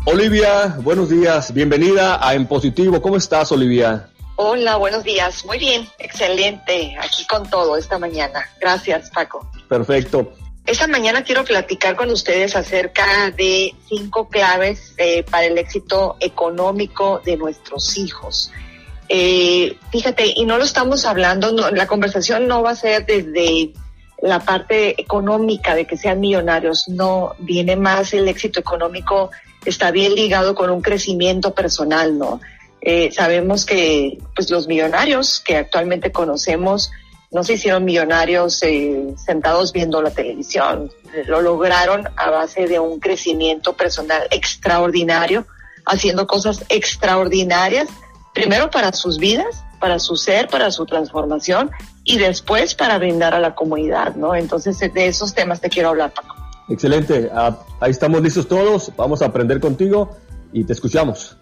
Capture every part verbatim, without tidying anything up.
Olivia, buenos días, bienvenida a En Positivo. ¿Cómo estás, Olivia? Hola, buenos días. Muy bien, excelente. Aquí con todo esta mañana. Gracias, Paco. Perfecto. Esta mañana quiero platicar con ustedes acerca de cinco claves eh, para el éxito económico de nuestros hijos. Eh, fíjate, y no lo estamos hablando, no, la conversación no va a ser desde la parte económica de que sean millonarios, no, viene más el éxito económico, está bien ligado con un crecimiento personal, ¿no? Eh, sabemos que pues los millonarios que actualmente conocemos no se hicieron millonarios eh, sentados viendo la televisión, lo lograron a base de un crecimiento personal extraordinario, haciendo cosas extraordinarias, primero para sus vidas, para su ser, para su transformación y después para brindar a la comunidad, ¿no? Entonces de esos temas te quiero hablar, Paco. Excelente, ah, ahí estamos listos todos, vamos a aprender contigo y te escuchamos.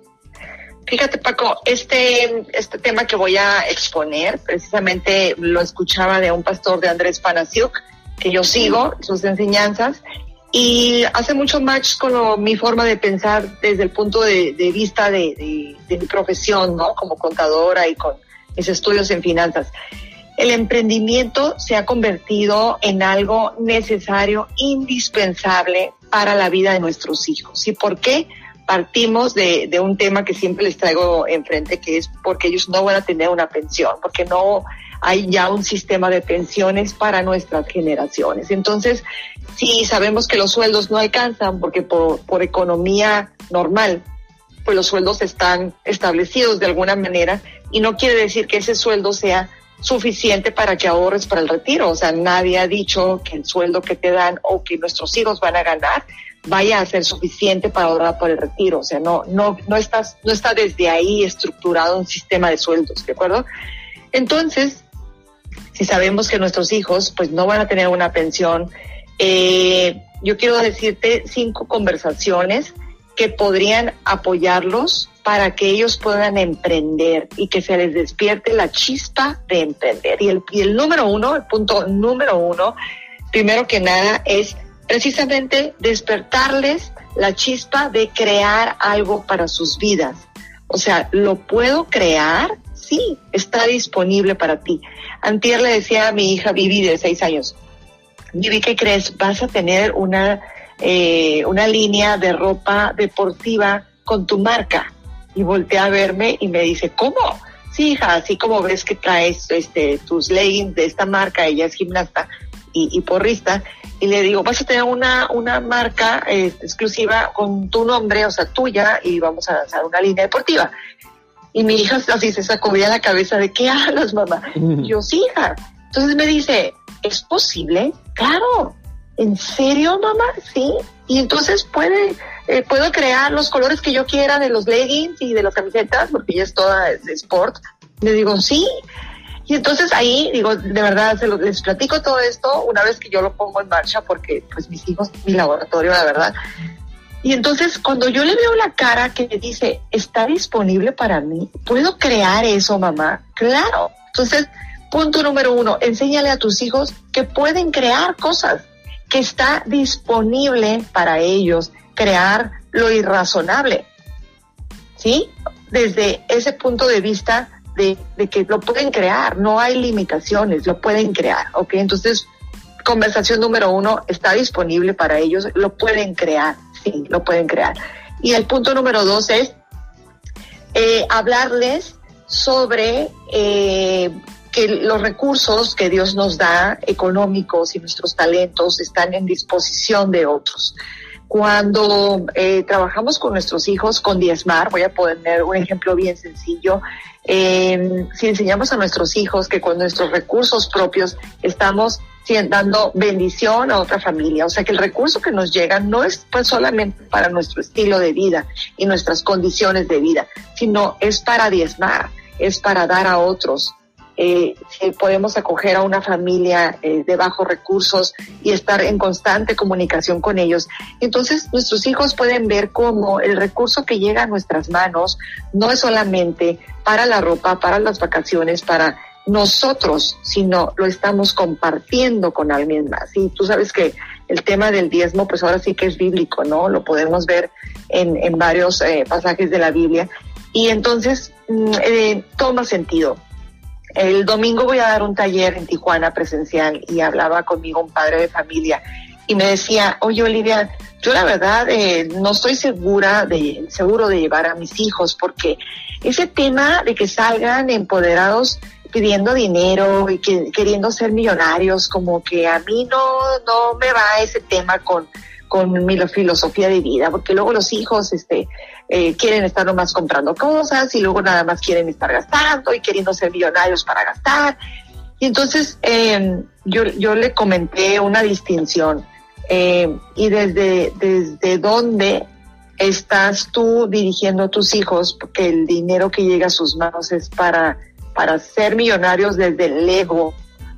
Fíjate, Paco, este, este tema que voy a exponer, precisamente lo escuchaba de un pastor de Andrés Panasiuk, que yo sigo sus enseñanzas, y hace mucho match con lo, mi forma de pensar desde el punto de, de vista de, de, de mi profesión, ¿no? Como contadora y con mis estudios en finanzas. El emprendimiento se ha convertido en algo necesario, indispensable para la vida de nuestros hijos. ¿Y por qué? Partimos de, de un tema que siempre les traigo enfrente, que es porque ellos no van a tener una pensión, porque no hay ya un sistema de pensiones para nuestras generaciones. Entonces, sí sabemos que los sueldos no alcanzan, porque por, por economía normal, pues los sueldos están establecidos de alguna manera, y no quiere decir que ese sueldo sea suficiente para que ahorres para el retiro. O sea, nadie ha dicho que el sueldo que te dan o que nuestros hijos van a ganar vaya a ser suficiente para ahorrar para el retiro. O sea, no, no, no estás, no está desde ahí estructurado un sistema de sueldos, ¿de acuerdo? Entonces, si sabemos que nuestros hijos pues no van a tener una pensión, eh, yo quiero decirte cinco conversaciones que podrían apoyarlos para que ellos puedan emprender y que se les despierte la chispa de emprender. Y el, y el número uno, el punto número uno, primero que nada, es precisamente despertarles la chispa de crear algo para sus vidas. O sea, ¿lo puedo crear? Sí, está disponible para ti. Antier le decía a mi hija Vivi de seis años, Vivi, ¿qué crees? Vas a tener una, eh, una línea de ropa deportiva con tu marca. Y voltea a verme y me dice, ¿cómo? Sí, hija, así como ves que traes este, tus leggings de esta marca, ella es gimnasta y, y porrista, y le digo, vas a tener una, una marca eh, exclusiva con tu nombre, o sea, tuya, y vamos a lanzar una línea deportiva. Y mi hija así se sacudía la cabeza de, ¿qué hablas, mamá? Y yo, sí, hija. Entonces me dice, ¿es posible? Claro. ¿En serio, mamá? Sí. Y entonces puede, eh, puedo crear los colores que yo quiera de los leggings y de las camisetas, porque ella es toda de sport. Le digo, sí. Y entonces ahí, digo, de verdad, se lo, les platico todo esto una vez que yo lo pongo en marcha, porque pues mis hijos, mi laboratorio, la verdad. Y entonces cuando yo le veo la cara que me dice, ¿está disponible para mí? ¿Puedo crear eso, mamá? Claro. Entonces, punto número uno, enséñale a tus hijos que pueden crear cosas, que está disponible para ellos crear lo irrazonable, ¿sí? Desde ese punto de vista de, de que lo pueden crear, no hay limitaciones, lo pueden crear, ¿ok? Entonces, conversación número uno, está disponible para ellos, lo pueden crear, sí, lo pueden crear. Y el punto número dos es eh, hablarles sobre eh, que los recursos que Dios nos da, económicos y nuestros talentos, están en disposición de otros. Cuando eh, trabajamos con nuestros hijos con diezmar, voy a poner un ejemplo bien sencillo, eh, si enseñamos a nuestros hijos que con nuestros recursos propios estamos dando bendición a otra familia, o sea que el recurso que nos llega no es pues solamente para nuestro estilo de vida y nuestras condiciones de vida, sino es para diezmar, es para dar a otros. Eh, si podemos acoger a una familia eh, de bajos recursos y estar en constante comunicación con ellos, entonces nuestros hijos pueden ver cómo el recurso que llega a nuestras manos no es solamente para la ropa, para las vacaciones, para nosotros, sino lo estamos compartiendo con alguien más. Y tú sabes que el tema del diezmo, pues ahora sí que es bíblico, ¿no? Lo podemos ver en, en varios eh, pasajes de la Biblia. Y entonces eh, toma sentido. El domingo voy a dar un taller en Tijuana presencial y hablaba conmigo un padre de familia y me decía, oye Olivia, yo la verdad eh, no estoy segura de, seguro de llevar a mis hijos porque ese tema de que salgan empoderados pidiendo dinero y que, queriendo ser millonarios, como que a mí no, no me va ese tema con, con mi filosofía de vida, porque luego los hijos este, eh, quieren estar nomás comprando cosas y luego nada más quieren estar gastando y queriendo ser millonarios para gastar. Y entonces eh, yo, yo le comenté una distinción. Eh, y desde, desde dónde estás tú dirigiendo a tus hijos, porque el dinero que llega a sus manos es para, para ser millonarios desde el ego,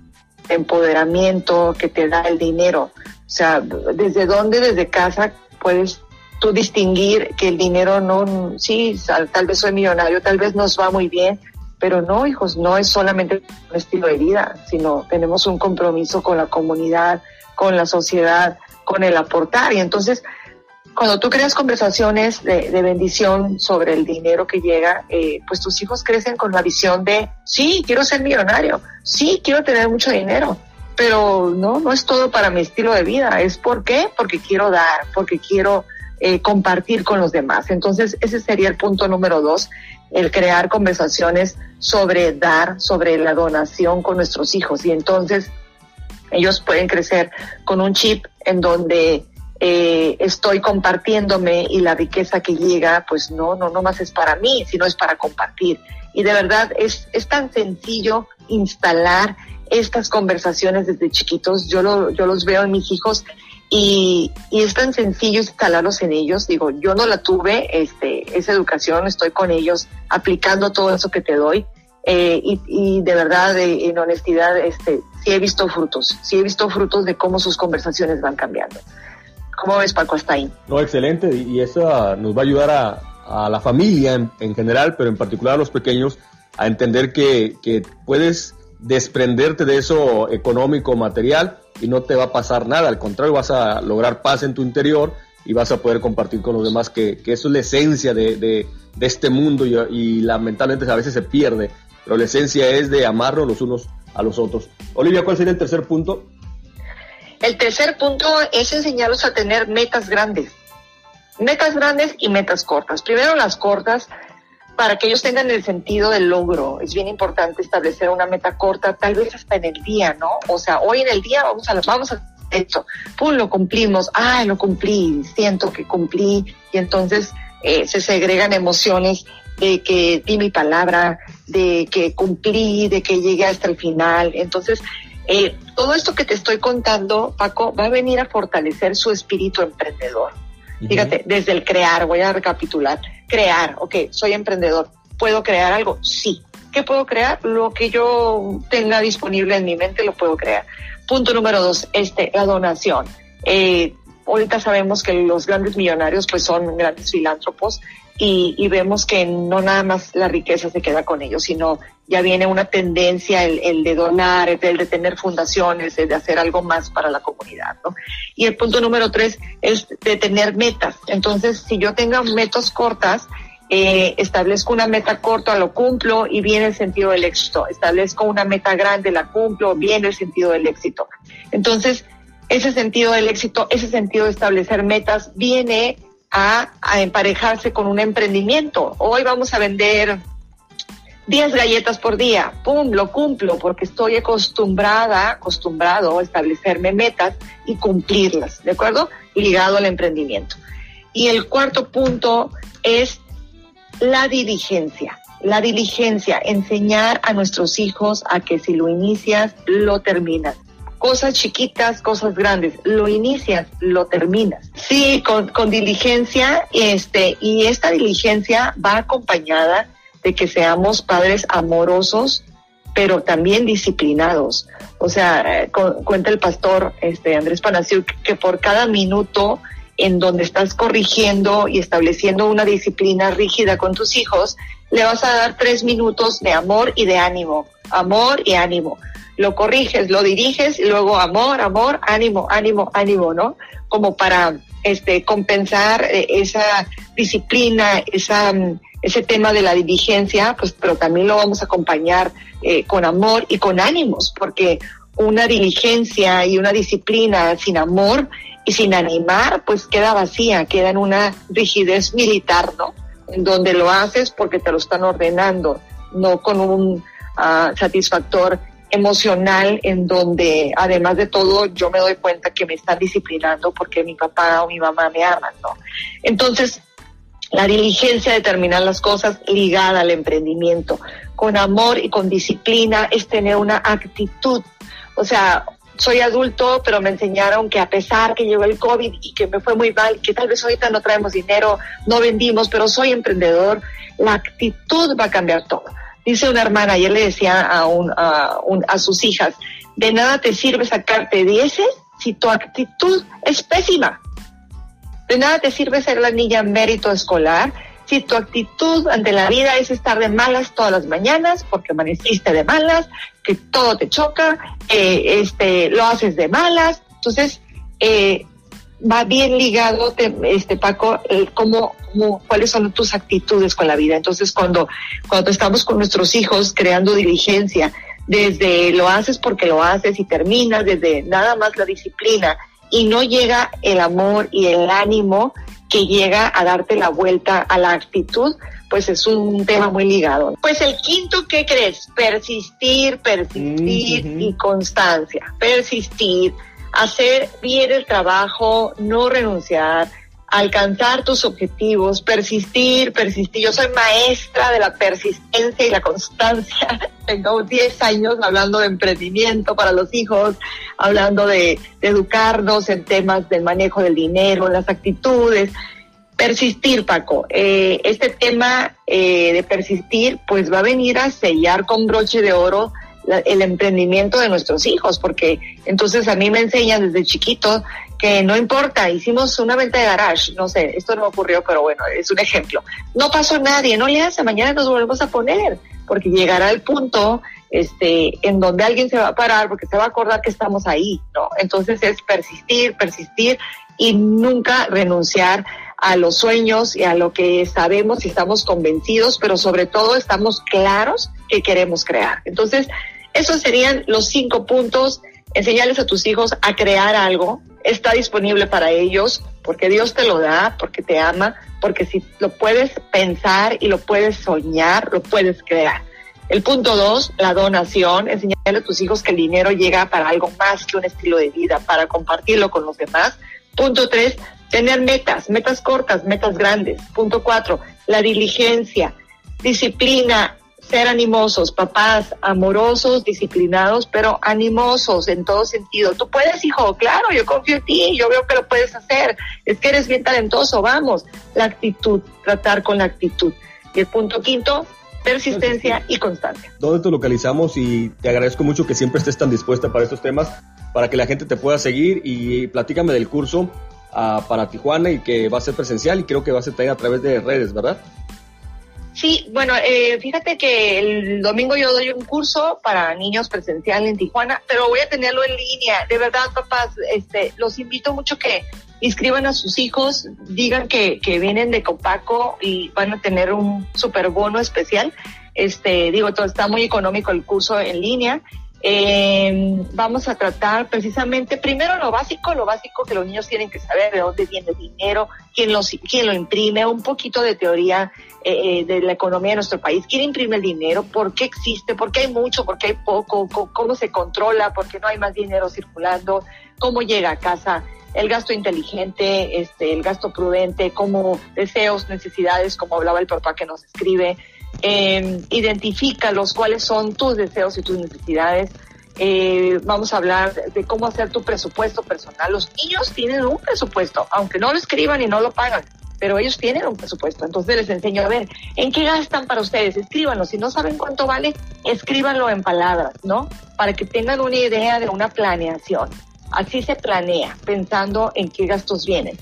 empoderamiento que te da el dinero. O sea, desde dónde, desde casa, puedes tú distinguir que el dinero no, sí, tal vez soy millonario, tal vez nos va muy bien, pero no, hijos, no es solamente un estilo de vida, sino tenemos un compromiso con la comunidad, con la sociedad, con el aportar. Y entonces, cuando tú creas conversaciones de, de bendición sobre el dinero que llega, eh, pues tus hijos crecen con la visión de, sí, quiero ser millonario, sí, quiero tener mucho dinero, pero no, no es todo para mi estilo de vida. ¿Es por qué? Porque quiero dar, porque quiero eh, compartir con los demás. Entonces, ese sería el punto número dos, el crear conversaciones sobre dar, sobre la donación con nuestros hijos. Y entonces, ellos pueden crecer con un chip en donde eh, estoy compartiéndome y la riqueza que llega, pues no, no, no más es para mí, sino es para compartir. Y de verdad es, es tan sencillo instalar estas conversaciones desde chiquitos. Yo, lo, yo los veo en mis hijos y, y es tan sencillo instalarlos en ellos. Digo, yo no la tuve, este, esa educación, estoy con ellos aplicando todo eso que te doy. Eh, y, y de verdad, eh, en honestidad, este, sí he visto frutos, sí he visto frutos de cómo sus conversaciones van cambiando. ¿Cómo ves, Paco, hasta ahí? No, excelente, y eso nos va a ayudar a, a la familia en, en general, pero en particular a los pequeños, a entender que, que puedes desprenderte de eso económico, material, y no te va a pasar nada, al contrario, vas a lograr paz en tu interior y vas a poder compartir con los demás, que, que eso es la esencia de, de, de este mundo y, y lamentablemente a veces se pierde. Pero la esencia es de amarnos los unos a los otros. Olivia, ¿cuál sería el tercer punto? El tercer punto es enseñarlos a tener metas grandes. Metas grandes y metas cortas. Primero las cortas, para que ellos tengan el sentido del logro. Es bien importante establecer una meta corta, tal vez hasta en el día, ¿no? O sea, hoy en el día vamos a vamos a esto. Pum, lo cumplimos. Ay, lo cumplí. Siento que cumplí. Y entonces eh, se segregan emociones de que di mi palabra, de que cumplí, de que llegué hasta el final. Entonces, eh, todo esto que te estoy contando, Paco, va a venir a fortalecer su espíritu emprendedor. Uh-huh. Fíjate, desde el crear, voy a recapitular. Crear, ok, soy emprendedor. ¿Puedo crear algo? Sí. ¿Qué puedo crear? Lo que yo tenga disponible en mi mente lo puedo crear. Punto número dos, este, la donación. Eh, ahorita sabemos que los grandes millonarios pues son grandes filántropos. Y, y vemos que no nada más la riqueza se queda con ellos, sino ya viene una tendencia, el, el de donar, el de tener fundaciones, el de hacer algo más para la comunidad, ¿no? Y el punto número tres es de tener metas. Entonces, si yo tengo metas cortas, eh, establezco una meta corta, lo cumplo y viene el sentido del éxito. Establezco una meta grande, la cumplo, viene el sentido del éxito. Entonces, ese sentido del éxito, ese sentido de establecer metas, viene A, a emparejarse con un emprendimiento. Hoy vamos a vender diez galletas por día. ¡Pum! Lo cumplo porque estoy acostumbrada, acostumbrado a establecerme metas y cumplirlas, ¿de acuerdo? Y ligado al emprendimiento. Y el cuarto punto es la diligencia. La diligencia, enseñar a nuestros hijos a que si lo inicias, lo terminas. Cosas chiquitas, cosas grandes, lo inicias, lo terminas. Sí, con, con diligencia, este, y esta diligencia va acompañada de que seamos padres amorosos, pero también disciplinados. O sea, cu- cuenta el pastor este, Andrés Panasiuk que por cada minuto en donde estás corrigiendo y estableciendo una disciplina rígida con tus hijos, le vas a dar tres minutos de amor y de ánimo, amor y ánimo. lo corriges, lo diriges y luego amor, amor, ánimo, ánimo, ánimo, ¿no? Como para este compensar eh, esa disciplina, esa ese tema de la diligencia, pues, pero también lo vamos a acompañar eh, con amor y con ánimos, porque una diligencia y una disciplina sin amor y sin animar, pues queda vacía, queda en una rigidez militar, ¿no? En donde lo haces porque te lo están ordenando, no con un uh, satisfactor emocional, en donde además de todo yo me doy cuenta que me están disciplinando porque mi papá o mi mamá me aman, ¿no? Entonces, la diligencia de terminar las cosas ligada al emprendimiento, con amor y con disciplina, es tener una actitud. O sea, soy adulto, pero me enseñaron que a pesar que llegó el COVID y que me fue muy mal, que tal vez ahorita no traemos dinero, no vendimos, pero soy emprendedor, la actitud va a cambiar todo. Dice una hermana, ayer le decía a, un, a, un, a sus hijas, de nada te sirve sacarte dieces si tu actitud es pésima. De nada te sirve ser la niña mérito escolar si tu actitud ante la vida es estar de malas todas las mañanas porque amaneciste de malas, que todo te choca, eh, este, lo haces de malas. Entonces, eh, va bien ligado, te, este Paco, el cómo, cómo, cuáles son tus actitudes con la vida. Entonces, cuando, cuando estamos con nuestros hijos creando diligencia, desde lo haces porque lo haces y terminas, desde nada más la disciplina, y no llega el amor y el ánimo que llega a darte la vuelta a la actitud, pues es un tema muy ligado. Pues el quinto, ¿qué crees? Persistir, persistir mm-hmm. y constancia. Persistir, hacer bien el trabajo, no renunciar, alcanzar tus objetivos, persistir, persistir. Yo soy maestra de la persistencia y la constancia. Tengo diez años hablando de emprendimiento para los hijos, hablando de, de educarnos en temas del manejo del dinero, las actitudes. Persistir, Paco. Eh, este tema eh, de persistir, pues va a venir a sellar con broche de oro la, el emprendimiento de nuestros hijos, porque entonces a mí me enseñan desde chiquito que no importa, hicimos una venta de garage, no sé, esto no ocurrió, pero bueno, es un ejemplo. No pasó nadie, no le hace, mañana nos volvemos a poner, porque llegará el punto este, en donde alguien se va a parar, porque se va a acordar que estamos ahí, ¿no? Entonces es persistir, persistir y nunca renunciar a los sueños y a lo que sabemos y estamos convencidos, pero sobre todo estamos claros que queremos crear. Entonces, esos serían los cinco puntos. Enseñarles a tus hijos a crear algo, está disponible para ellos, porque Dios te lo da, porque te ama, porque si lo puedes pensar y lo puedes soñar, lo puedes crear. El punto dos, la donación, enseñarle a tus hijos que el dinero llega para algo más que un estilo de vida, para compartirlo con los demás. Punto tres, tener metas, metas cortas, metas grandes. Punto cuatro, la diligencia, disciplina, ser animosos, papás amorosos, disciplinados, pero animosos en todo sentido. Tú puedes, hijo, claro, yo confío en ti, yo veo que lo puedes hacer, es que eres bien talentoso, vamos. La actitud, tratar con la actitud. Y el punto quinto, persistencia y constancia. ¿Dónde te localizamos? Y te agradezco mucho que siempre estés tan dispuesta para estos temas, para que la gente te pueda seguir, y platícame del curso uh, para Tijuana, y que va a ser presencial, y creo que va a ser también a través de redes, ¿verdad? Sí, bueno, eh, fíjate que el domingo yo doy un curso para niños presencial en Tijuana, pero voy a tenerlo en línea. De verdad, papás, este, los invito mucho que inscriban a sus hijos, digan que, que vienen de Copaco y van a tener un super bono especial. Este, digo, todo está muy económico el curso en línea. Eh, vamos a tratar precisamente primero lo básico, lo básico que los niños tienen que saber, de dónde viene el dinero, quién, los, quién lo imprime, un poquito de teoría eh, de la economía de nuestro país, quién imprime el dinero, por qué existe, por qué hay mucho, por qué hay poco, cómo, cómo se controla, por qué no hay más dinero circulando, cómo llega a casa, el gasto inteligente, este, el gasto prudente, cómo deseos, necesidades, como hablaba el papá que nos escribe. Eh, identifícalos, cuáles son tus deseos y tus necesidades. Eh, vamos a hablar de cómo hacer tu presupuesto personal. Los niños tienen un presupuesto, aunque no lo escriban y no lo pagan, pero ellos tienen un presupuesto. Entonces les enseño a ver en qué gastan para ustedes, escríbanlo. Si no saben cuánto vale, escríbanlo en palabras, ¿no? Para que tengan una idea de una planeación. Así se planea, pensando en qué gastos vienen.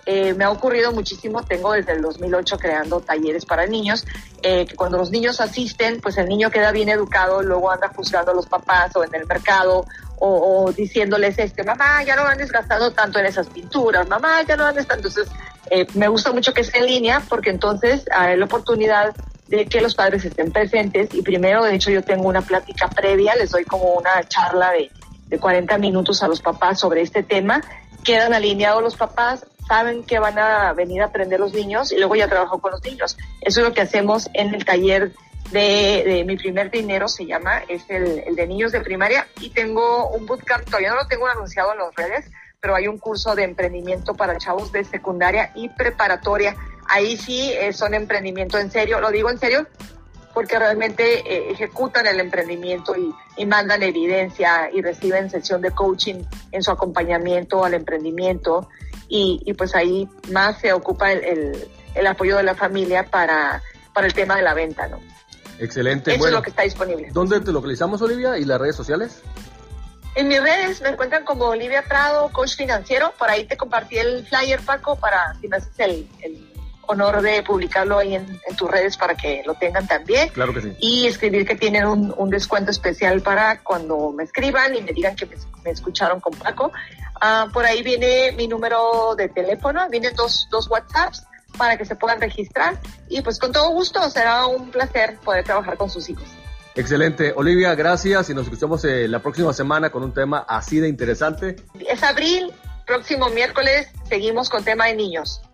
Eh, me ha ocurrido muchísimo, tengo desde el dos mil ocho creando talleres para niños, eh, que cuando los niños asisten, pues el niño queda bien educado, luego anda juzgando a los papás o en el mercado, o, o diciéndoles, este, mamá, ya no andes gastando tanto en esas pinturas, mamá, ya no andes tanto. Entonces, eh, me gusta mucho que esté en línea, porque entonces hay la oportunidad de que los padres estén presentes, y primero, de hecho, yo tengo una plática previa, les doy como una charla de, de cuarenta minutos a los papás sobre este tema, quedan alineados los papás, saben que van a venir a aprender los niños y luego ya trabajo con los niños. Eso es lo que hacemos en el taller de, de Mi Primer Dinero, se llama, es el, el de niños de primaria, y tengo un bootcamp, todavía no lo tengo anunciado en las redes, pero hay un curso de emprendimiento para chavos de secundaria y preparatoria. Ahí sí eh, son emprendimiento en serio, lo digo en serio, porque realmente eh, ejecutan el emprendimiento y, y mandan evidencia y reciben sesión de coaching en su acompañamiento al emprendimiento, y, y pues ahí más se ocupa el, el, el apoyo de la familia para, para el tema de la venta, ¿no? Excelente. Eso bueno, es lo que está disponible. ¿Dónde te localizamos, Olivia, y las redes sociales? En mis redes me encuentran como Olivia Prado, coach financiero. Por ahí te compartí el flyer, Paco, para si me haces el, el honor de publicarlo ahí en, en tus redes para que lo tengan también. Claro que sí. Y escribir que tienen un, un descuento especial para cuando me escriban y me digan que me, me escucharon con Paco. Uh, por ahí viene mi número de teléfono, vienen dos, dos WhatsApps para que se puedan registrar, y pues con todo gusto, será un placer poder trabajar con sus hijos. Excelente. Olivia, gracias, y nos escuchamos eh, la próxima semana con un tema así de interesante. Es abril, próximo miércoles seguimos con tema de niños.